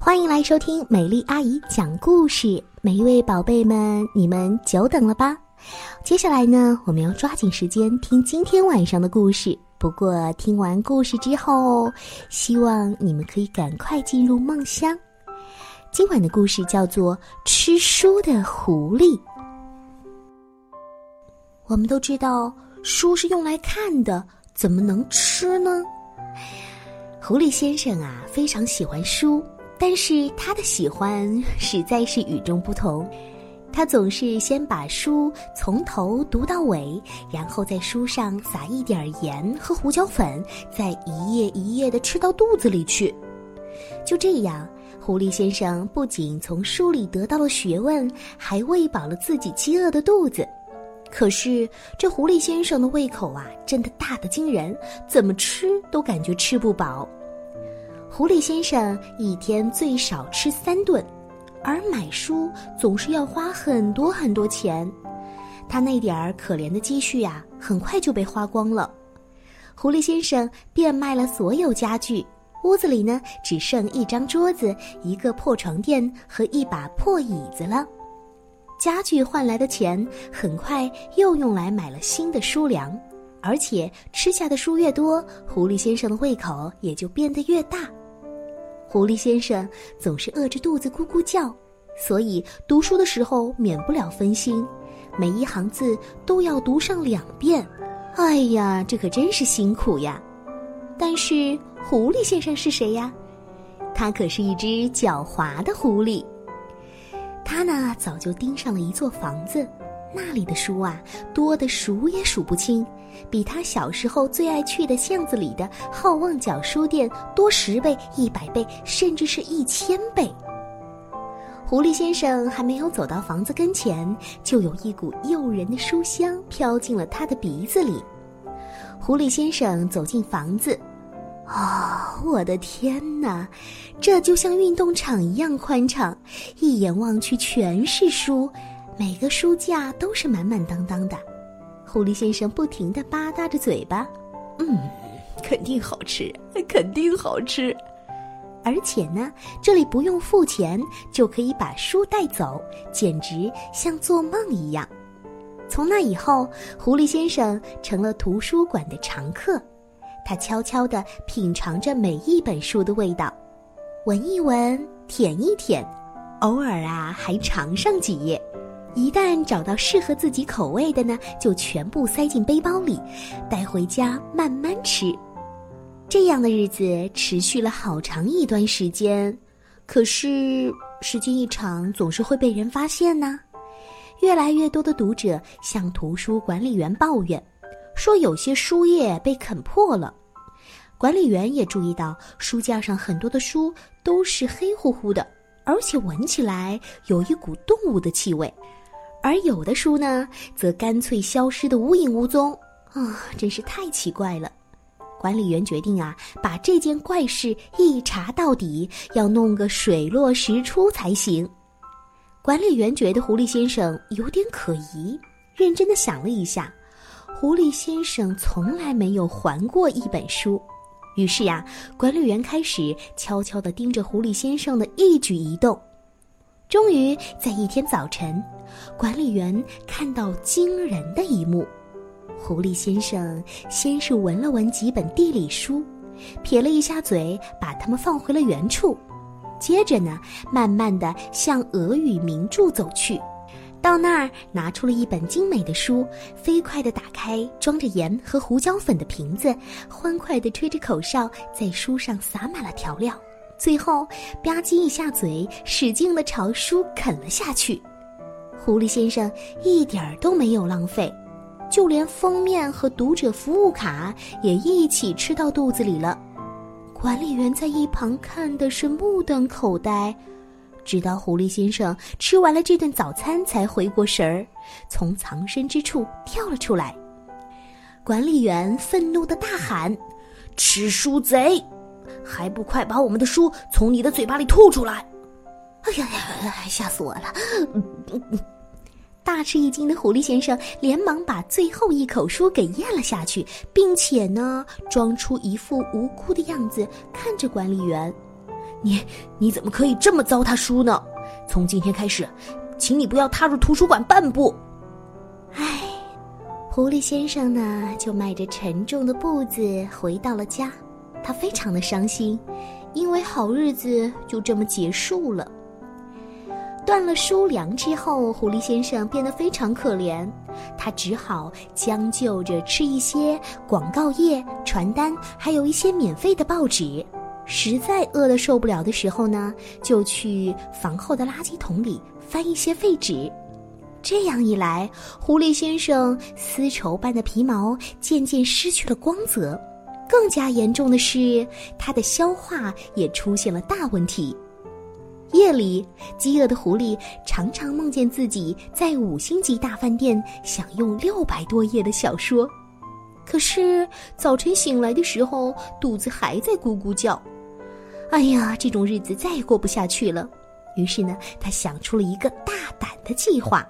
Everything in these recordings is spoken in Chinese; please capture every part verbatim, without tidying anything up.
欢迎来收听美丽阿姨讲故事，每一位宝贝们，你们久等了吧？接下来呢，我们要抓紧时间听今天晚上的故事。不过听完故事之后，希望你们可以赶快进入梦乡。今晚的故事叫做《吃书的狐狸》。我们都知道，书是用来看的，怎么能吃呢？狐狸先生啊，非常喜欢书，但是他的喜欢实在是与众不同。他总是先把书从头读到尾，然后在书上撒一点盐和胡椒粉，再一页一页地吃到肚子里去。就这样，狐狸先生不仅从书里得到了学问，还喂饱了自己饥饿的肚子。可是这狐狸先生的胃口啊，真的大得惊人，怎么吃都感觉吃不饱。狐狸先生一天最少吃三顿，而买书总是要花很多很多钱。他那点儿可怜的积蓄啊，很快就被花光了。狐狸先生变卖了所有家具，屋子里呢只剩一张桌子、一个破床垫和一把破椅子了。家具换来的钱很快又用来买了新的书粮，而且吃下的书越多，狐狸先生的胃口也就变得越大。狐狸先生总是饿着肚子咕咕叫，所以读书的时候免不了分心，每一行字都要读上两遍。哎呀，这可真是辛苦呀！但是狐狸先生是谁呀？他可是一只狡猾的狐狸。他呢，早就盯上了一座房子，那里的书啊，多得数也数不清，比他小时候最爱去的巷子里的好望角书店多十倍、一百倍，甚至是一千倍。狐狸先生还没有走到房子跟前，就有一股诱人的书香飘进了他的鼻子里。狐狸先生走进房子，哦，我的天哪，这就像运动场一样宽敞，一眼望去全是书，每个书架都是满满当当的。狐狸先生不停地吧嗒着嘴巴，嗯，肯定好吃，肯定好吃。而且呢，这里不用付钱就可以把书带走，简直像做梦一样。从那以后，狐狸先生成了图书馆的常客。他悄悄地品尝着每一本书的味道，闻一闻，舔一舔，偶尔啊还尝上几页。一旦找到适合自己口味的呢，就全部塞进背包里，带回家慢慢吃。这样的日子持续了好长一段时间，可是时间一长，总是会被人发现呢。越来越多的读者向图书管理员抱怨，说有些书页被啃破了。管理员也注意到书架上很多的书都是黑乎乎的，而且闻起来有一股动物的气味，而有的书呢则干脆消失得无影无踪啊，真是太奇怪了。管理员决定啊，把这件怪事一查到底，要弄个水落石出才行。管理员觉得狐狸先生有点可疑，认真地想了一下，狐狸先生从来没有还过一本书。于是呀，管理员开始悄悄地盯着狐狸先生的一举一动。终于在一天早晨，管理员看到惊人的一幕。狐狸先生先是闻了闻几本地理书，撇了一下嘴，把它们放回了原处。接着呢，慢慢地向俄语名著走去，到那儿拿出了一本精美的书，飞快地打开装着盐和胡椒粉的瓶子，欢快地吹着口哨，在书上撒满了调料，最后吧唧一下嘴，使劲地朝书啃了下去。狐狸先生一点儿都没有浪费，就连封面和读者服务卡也一起吃到肚子里了。管理员在一旁看的是目瞪口呆，直到狐狸先生吃完了这顿早餐才回过神儿，从藏身之处跳了出来。管理员愤怒地大喊：吃书贼，还不快把我们的书从你的嘴巴里吐出来！哎呀呀，吓死我了！大吃一惊的狐狸先生连忙把最后一口书给咽了下去，并且呢，装出一副无辜的样子看着管理员。 你你怎么可以这么糟蹋书呢？从今天开始，请你不要踏入图书馆半步。 唉，狐狸先生呢，就迈着沉重的步子回到了家。他非常的伤心，因为好日子就这么结束了。断了书粮之后，狐狸先生变得非常可怜，他只好将就着吃一些广告页、传单，还有一些免费的报纸。实在饿得受不了的时候呢，就去房后的垃圾桶里翻一些废纸。这样一来，狐狸先生丝绸般的皮毛渐渐失去了光泽，更加严重的是，他的消化也出现了大问题。夜里，饥饿的狐狸常常梦见自己在五星级大饭店享用六百多页的小说，可是早晨醒来的时候，肚子还在咕咕叫。哎呀，这种日子再也过不下去了。于是呢，他想出了一个大胆的计划。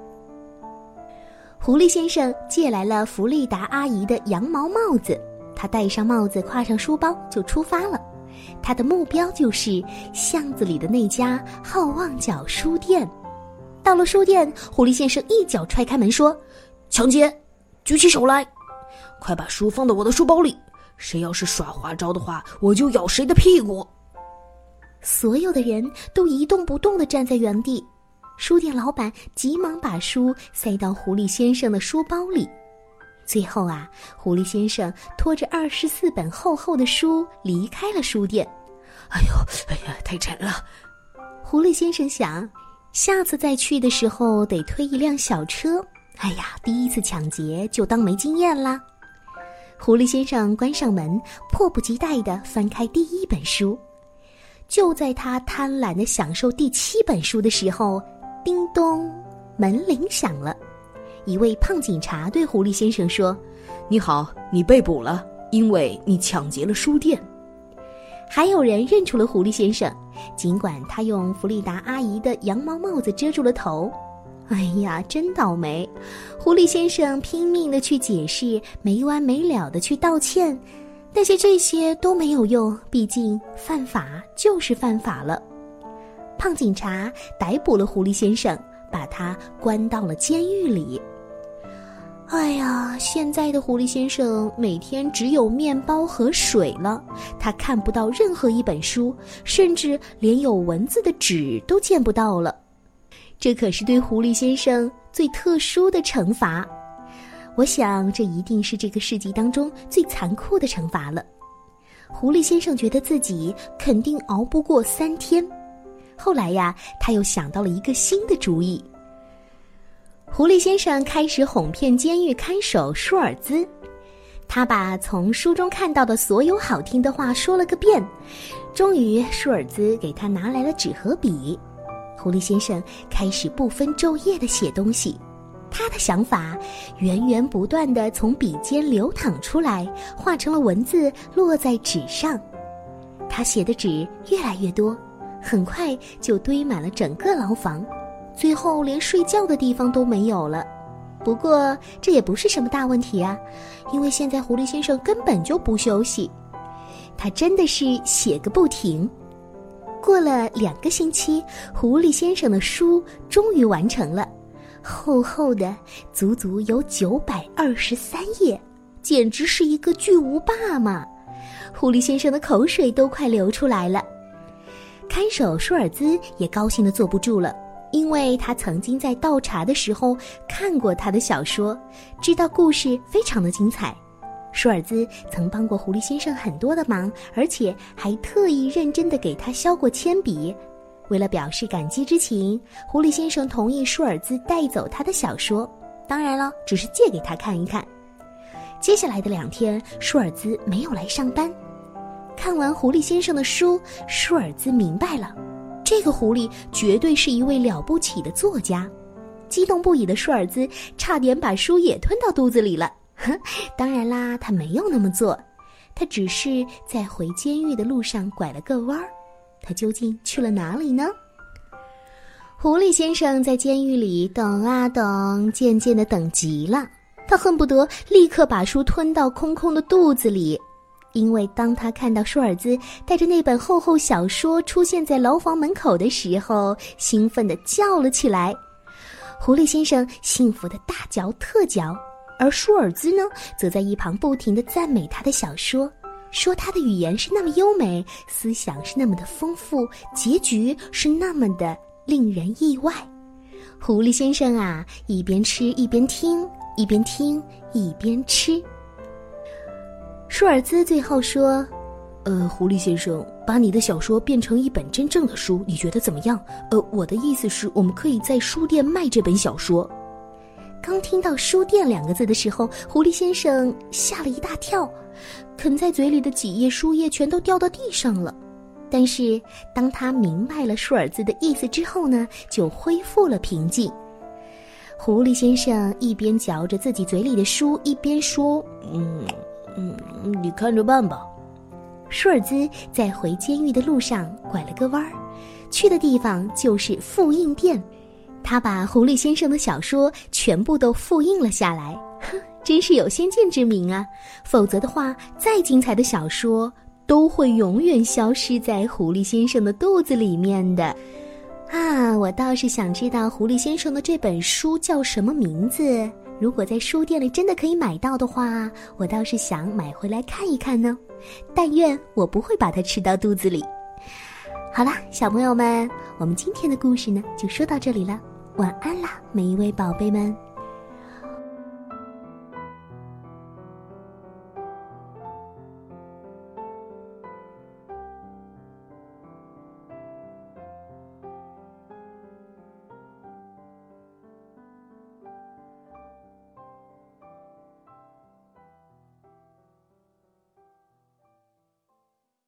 狐狸先生借来了弗利达阿姨的羊毛帽子，他戴上帽子，挎上书包就出发了。他的目标就是巷子里的那家好望角书店。到了书店，狐狸先生一脚踹开门说：“抢劫！举起手来，快把书放到我的书包里，谁要是耍花招的话，我就咬谁的屁股。”所有的人都一动不动地站在原地。书店老板急忙把书塞到狐狸先生的书包里。最后啊，狐狸先生拖着二十四本厚厚的书离开了书店。哎呦，哎呀，太沉了。狐狸先生想，下次再去的时候得推一辆小车。哎呀，第一次抢劫就当没经验啦。狐狸先生关上门，迫不及待地翻开第一本书。就在他贪婪地享受第七本书的时候，叮咚，门铃响了。一位胖警察对狐狸先生说：“你好，你被捕了，因为你抢劫了书店。”还有人认出了狐狸先生，尽管他用弗利达阿姨的羊毛帽子遮住了头。哎呀，真倒霉！狐狸先生拼命地去解释，没完没了地去道歉，但是这些都没有用，毕竟犯法就是犯法了。胖警察逮捕了狐狸先生，把他关到了监狱里。哎呀，现在的狐狸先生每天只有面包和水了，他看不到任何一本书，甚至连有文字的纸都见不到了。这可是对狐狸先生最特殊的惩罚。我想这一定是这个世纪当中最残酷的惩罚了。狐狸先生觉得自己肯定熬不过三天。后来呀，他又想到了一个新的主意。狐狸先生开始哄骗监狱看守舒尔兹，他把从书中看到的所有好听的话说了个遍。终于，舒尔兹给他拿来了纸和笔。狐狸先生开始不分昼夜地写东西，他的想法源源不断地从笔尖流淌出来，化成了文字落在纸上。他写的纸越来越多，很快就堆满了整个牢房，最后连睡觉的地方都没有了。不过这也不是什么大问题啊，因为现在狐狸先生根本就不休息，他真的是写个不停。过了两个星期，狐狸先生的书终于完成了，厚厚的，足足有九百二十三页，简直是一个巨无霸嘛！狐狸先生的口水都快流出来了。看守舒尔兹也高兴得坐不住了，因为他曾经在倒茶的时候看过他的小说，知道故事非常的精彩。舒尔兹曾帮过狐狸先生很多的忙，而且还特意认真地给他削过铅笔。为了表示感激之情，狐狸先生同意舒尔兹带走他的小说，当然了，只是借给他看一看。接下来的两天，舒尔兹没有来上班。看完狐狸先生的书，舒尔兹明白了，这个狐狸绝对是一位了不起的作家。激动不已的舒尔兹差点把书也吞到肚子里了。当然啦，他没有那么做，他只是在回监狱的路上拐了个弯儿。他究竟去了哪里呢？狐狸先生在监狱里等啊等，渐渐地等急了，他恨不得立刻把书吞到空空的肚子里。 因为当他看到舒尔兹带着那本厚厚小说出现在牢房门口的时候，兴奋地叫了起来。狐狸先生幸福地大嚼特嚼，而舒尔兹呢，则在一旁不停地赞美他的小说，说他的语言是那么优美，思想是那么的丰富，结局是那么的令人意外。狐狸先生啊，一边吃一边听，一边听一边吃。舒尔兹最后说， 呃，狐狸先生，把你的小说变成一本真正的书，你觉得怎么样？呃，我的意思是，我们可以在书店卖这本小说。 刚听到书店两个字的时候，狐狸先生吓了一大跳，啃在嘴里的几页书页全都掉到地上了。但是当他明白了舒尔兹的意思之后呢，就恢复了平静。狐狸先生一边嚼着自己嘴里的书，一边说， 嗯嗯，你看着办吧。 舒尔兹在回监狱的路上拐了个弯儿，去的地方就是复印店。他把狐狸先生的小说全部都复印了下来，哼，真是有先见之明啊！否则的话，再精彩的小说都会永远消失在狐狸先生的肚子里面的。啊，我倒是想知道狐狸先生的这本书叫什么名字。如果在书店里真的可以买到的话，我倒是想买回来看一看呢。但愿我不会把它吃到肚子里。好啦，小朋友们，我们今天的故事呢，就说到这里了。晚安啦，每一位宝贝们。